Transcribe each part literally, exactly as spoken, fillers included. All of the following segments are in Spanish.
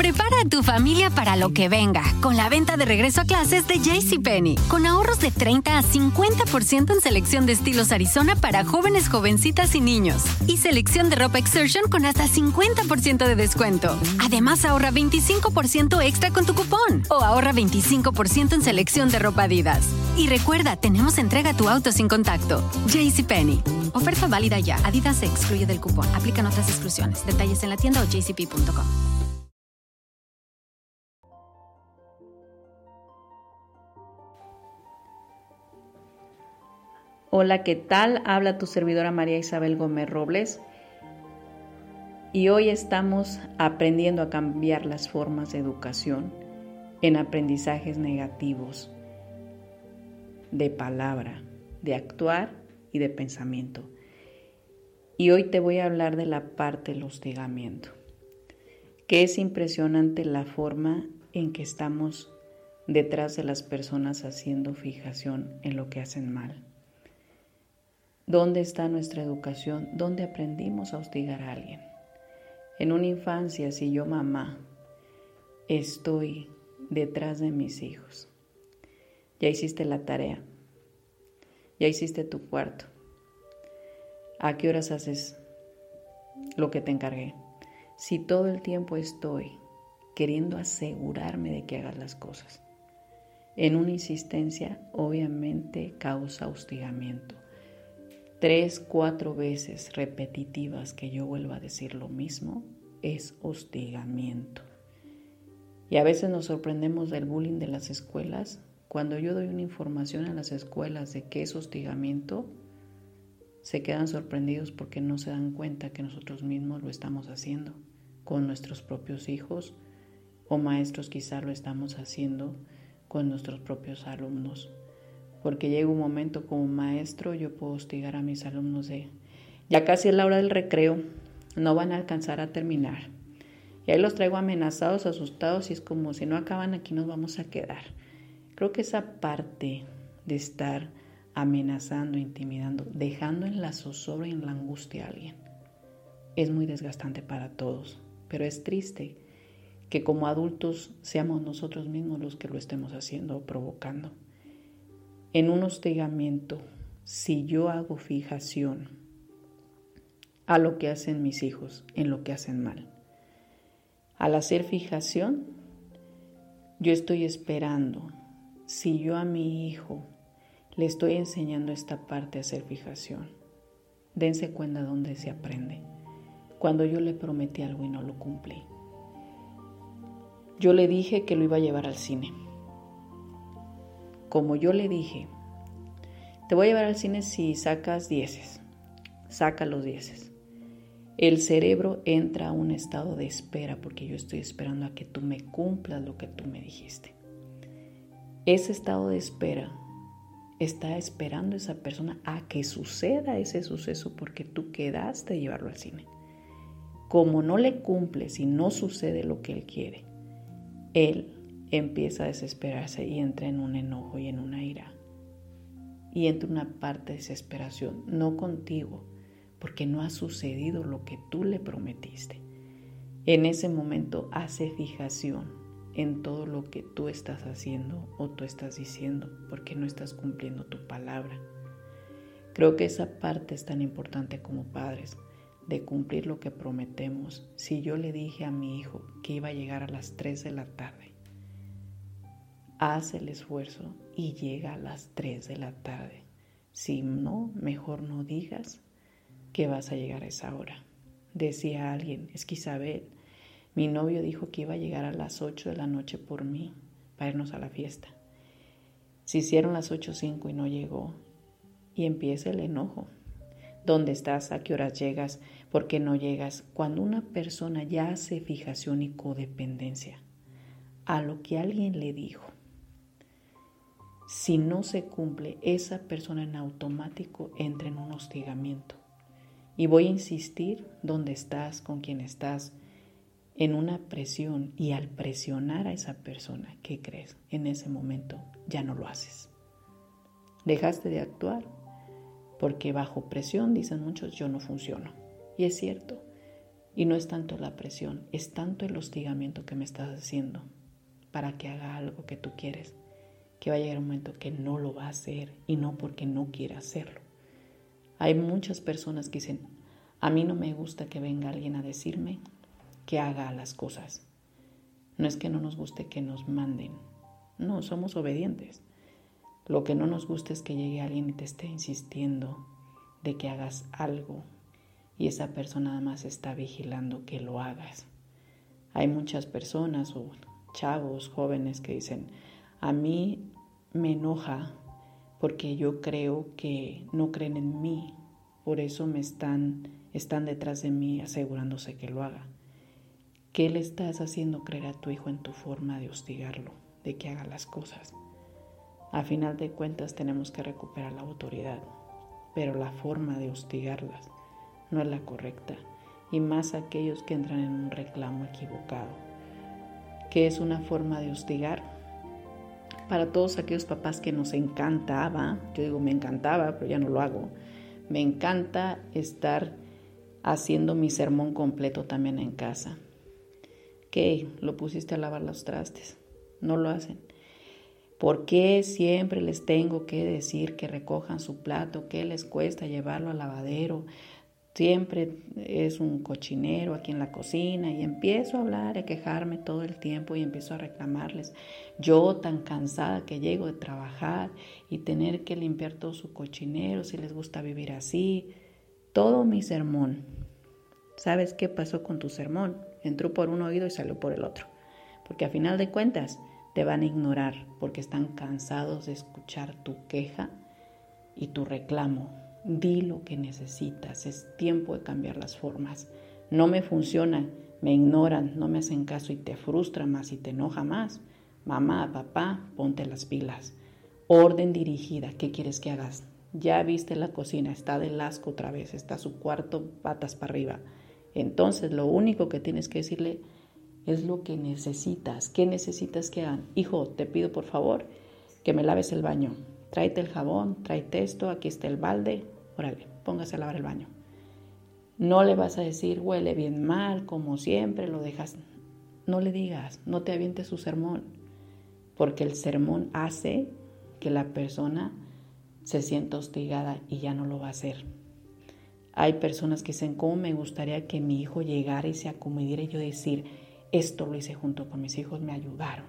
Prepara a tu familia para lo que venga con la venta de regreso a clases de JCPenney. Con ahorros de treinta a cincuenta por ciento en selección de estilos Arizona para jóvenes, jovencitas y niños. Y selección de ropa Exertion con hasta cincuenta por ciento de descuento. Además, ahorra veinticinco por ciento extra con tu cupón. O ahorra veinticinco por ciento en selección de ropa Adidas. Y recuerda, tenemos entrega a tu auto sin contacto. JCPenney. Oferta válida ya. Adidas se excluye del cupón. Aplican otras exclusiones. Detalles en la tienda o j c p punto com. Hola, ¿qué tal? Habla tu servidora María Isabel Gómez Robles y hoy estamos aprendiendo a cambiar las formas de educación en aprendizajes negativos de palabra, de actuar y de pensamiento. Y hoy te voy a hablar de la parte del hostigamiento, que es impresionante la forma en que estamos detrás de las personas haciendo fijación en lo que hacen mal. ¿Dónde está nuestra educación? ¿Dónde aprendimos a hostigar a alguien? En una infancia, si yo, mamá, estoy detrás de mis hijos, ya hiciste la tarea, ya hiciste tu cuarto, ¿a qué horas haces lo que te encargué? Si todo el tiempo estoy queriendo asegurarme de que hagas las cosas, en una insistencia, obviamente causa hostigamiento. Tres, cuatro veces repetitivas que yo vuelva a decir lo mismo es hostigamiento. Y a veces nos sorprendemos del bullying de las escuelas. Cuando yo doy una información a las escuelas de qué es hostigamiento, se quedan sorprendidos porque no se dan cuenta que nosotros mismos lo estamos haciendo con nuestros propios hijos o maestros quizá lo estamos haciendo con nuestros propios alumnos. Porque llega un momento como maestro, yo puedo hostigar a mis alumnos de, ya casi es la hora del recreo, no van a alcanzar a terminar. Y ahí los traigo amenazados, asustados, y es como si no acaban aquí nos vamos a quedar. Creo que esa parte de estar amenazando, intimidando, dejando en la zozobra y en la angustia a alguien, es muy desgastante para todos. Pero es triste que como adultos seamos nosotros mismos los que lo estemos haciendo o provocando. En un hostigamiento, si yo hago fijación a lo que hacen mis hijos, en lo que hacen mal, al hacer fijación, yo estoy esperando, si yo a mi hijo le estoy enseñando esta parte de hacer fijación, dense cuenta dónde se aprende. Cuando yo le prometí algo y no lo cumplí. Yo le dije que lo iba a llevar al cine. Como yo le dije, te voy a llevar al cine si sacas dieces, saca los dieces. El cerebro entra a un estado de espera porque yo estoy esperando a que tú me cumplas lo que tú me dijiste. Ese estado de espera está esperando esa persona a que suceda ese suceso porque tú quedaste de llevarlo al cine. Como no le cumples y no sucede lo que él quiere, él empieza a desesperarse y entra en un enojo y en una ira. Y entra una parte de desesperación, no contigo, porque no ha sucedido lo que tú le prometiste. En ese momento hace fijación en todo lo que tú estás haciendo o tú estás diciendo, porque no estás cumpliendo tu palabra. Creo que esa parte es tan importante como padres, de cumplir lo que prometemos. Si yo le dije a mi hijo que iba a llegar a las tres de la tarde, haz el esfuerzo y llega a las tres de la tarde. Si no, mejor no digas que vas a llegar a esa hora. Decía alguien, es que Isabel, mi novio dijo que iba a llegar a las ocho de la noche por mí, para irnos a la fiesta. Se hicieron las ocho cinco y no llegó. Y empieza el enojo. ¿Dónde estás? ¿A qué horas llegas? ¿Por qué no llegas? Cuando una persona ya hace fijación y codependencia a lo que alguien le dijo, si no se cumple, esa persona en automático entra en un hostigamiento. Y voy a insistir dónde estás, con quién estás, en una presión. Y al presionar a esa persona, ¿qué crees? En ese momento ya no lo haces. Dejaste de actuar porque bajo presión, dicen muchos, yo no funciono. Y es cierto, Y no es tanto la presión, es tanto el hostigamiento que me estás haciendo para que haga algo que tú quieres, que va a llegar un momento que no lo va a hacer y no porque no quiera hacerlo. Hay muchas personas que dicen, a mí no me gusta que venga alguien a decirme que haga las cosas. No es que no nos guste que nos manden, no, somos obedientes. Lo que no nos gusta es que llegue alguien y te esté insistiendo de que hagas algo y esa persona nada más está vigilando que lo hagas. Hay muchas personas o chavos, jóvenes que dicen, a mí me enoja porque yo creo que no creen en mí, por eso me están, están detrás de mí asegurándose que lo haga. ¿Qué le estás haciendo creer a tu hijo en tu forma de hostigarlo, de que haga las cosas? A final de cuentas tenemos que recuperar la autoridad, pero la forma de hostigarlas no es la correcta, y más aquellos que entran en un reclamo equivocado. ¿Qué es una forma de hostigar? Para todos aquellos papás que nos encantaba, yo digo me encantaba, pero ya no lo hago, me encanta estar haciendo mi sermón completo también en casa. ¿Qué? ¿Lo pusiste a lavar los trastes? No lo hacen. ¿Por qué siempre les tengo que decir que recojan su plato? ¿Qué les cuesta llevarlo al lavadero? Siempre es un cochinero aquí en la cocina y empiezo a hablar, a quejarme todo el tiempo y empiezo a reclamarles. Yo tan cansada que llego de trabajar y tener que limpiar todo su cochinero, si les gusta vivir así. Todo mi sermón. ¿Sabes qué pasó con tu sermón? Entró por un oído y salió por el otro. Porque a final de cuentas te van a ignorar porque están cansados de escuchar tu queja y tu reclamo. Di lo que necesitas, es tiempo de cambiar las formas. No me funciona, me ignoran, no me hacen caso y te frustra más y te enoja más. Mamá, papá, ponte las pilas. Orden dirigida, ¿qué quieres que hagas? Ya viste la cocina, está del asco otra vez, está su cuarto patas para arriba. Entonces lo único que tienes que decirle es lo que necesitas. ¿Qué necesitas que hagan? Hijo, te pido por favor que me laves el baño. Tráete el jabón, tráete esto, aquí está el balde. Órale, póngase a lavar el baño. No le vas a decir, huele bien mal, como siempre, lo dejas. No le digas, no te avientes su sermón. Porque el sermón hace que la persona se sienta hostigada y ya no lo va a hacer. Hay personas que dicen, ¿cómo me gustaría que mi hijo llegara y se acomodiera y yo decir, esto lo hice junto con mis hijos, me ayudaron?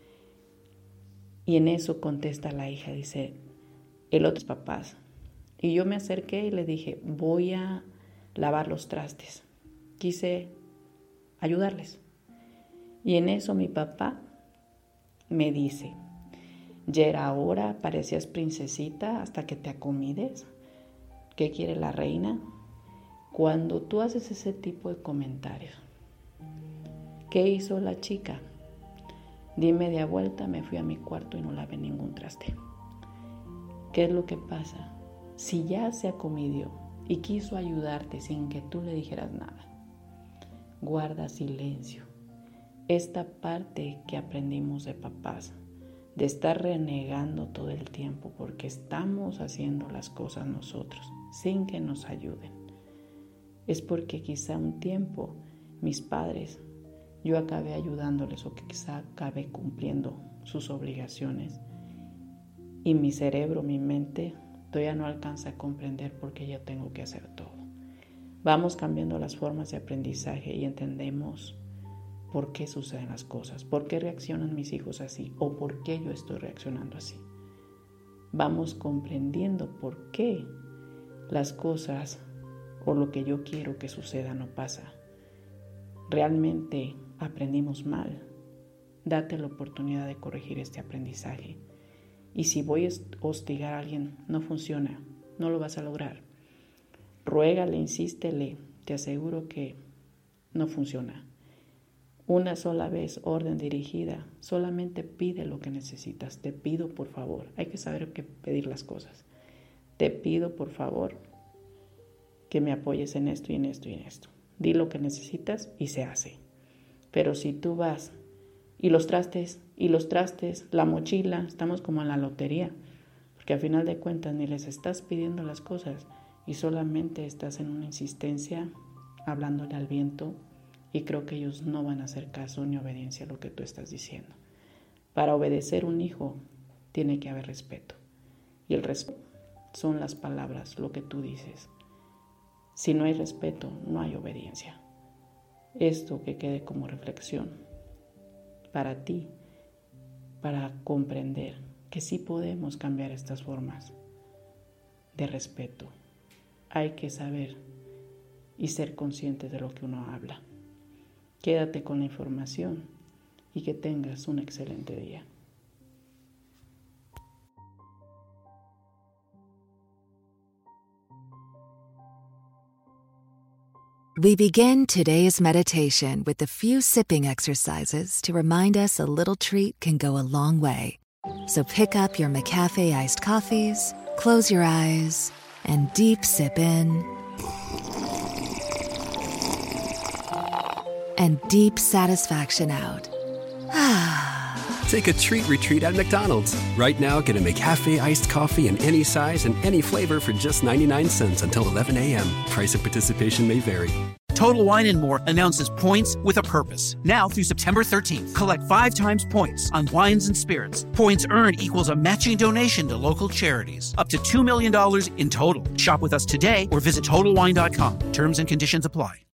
Y en eso contesta la hija, dice, el otro es papás. Y yo me acerqué y le dije, voy a lavar los trastes. Quise ayudarles. Y en eso mi papá me dice, ya era hora, parecías princesita hasta que te acomides. ¿Qué quiere la reina? Cuando tú haces ese tipo de comentarios, ¿qué hizo la chica? Di media vuelta, me fui a mi cuarto y no lavé ningún traste. ¿Qué es lo que pasa? Si ya se acomidió y quiso ayudarte sin que tú le dijeras nada, guarda silencio. Esta parte que aprendimos de papás, de estar renegando todo el tiempo porque estamos haciendo las cosas nosotros sin que nos ayuden, es porque quizá un tiempo mis padres, yo acabé ayudándoles o que quizá acabé cumpliendo sus obligaciones y mi cerebro, mi mente todavía no alcanza a comprender porque yo tengo que hacer todo. Vamos cambiando las formas de aprendizaje y entendemos por qué suceden las cosas, por qué reaccionan mis hijos así o por qué yo estoy reaccionando así. Vamos comprendiendo por qué las cosas o lo que yo quiero que suceda no pasa. Realmente aprendimos mal. Date la oportunidad de corregir este aprendizaje. Y si voy a hostigar a alguien, no funciona, no lo vas a lograr. Ruégale, insístele, te aseguro que no funciona. Una sola vez, orden dirigida, solamente pide lo que necesitas. Te pido por favor, hay que saber qué pedir las cosas. Te pido por favor que me apoyes en esto y en esto y en esto. Di lo que necesitas y se hace. Pero si tú vas y los trastes, y los trastes, la mochila, estamos como en la lotería, porque al final de cuentas ni les estás pidiendo las cosas y solamente estás en una insistencia hablándole al viento y creo que ellos no van a hacer caso ni obediencia a lo que tú estás diciendo. Para obedecer un hijo tiene que haber respeto. Y el respeto son las palabras, lo que tú dices. Si no hay respeto, no hay obediencia. Esto que quede como reflexión para ti, para comprender que sí podemos cambiar estas formas de respeto. Hay que saber y ser consciente de lo que uno habla. Quédate con la información y que tengas un excelente día. We begin today's meditation with a few sipping exercises to remind us a little treat can go a long way. So pick up your McCafe iced coffees, close your eyes, and deep sip in. And deep satisfaction out. Take a treat retreat at McDonald's. Right now, get a McCafe iced coffee in any size and any flavor for just ninety-nine cents until eleven a.m. Price of participation may vary. Total Wine and More announces points with a purpose. Now through September thirteenth, collect five times points on wines and spirits. Points earned equals a matching donation to local charities. Up to two million dollars in total. Shop with us today or visit Total Wine dot com. Terms and conditions apply.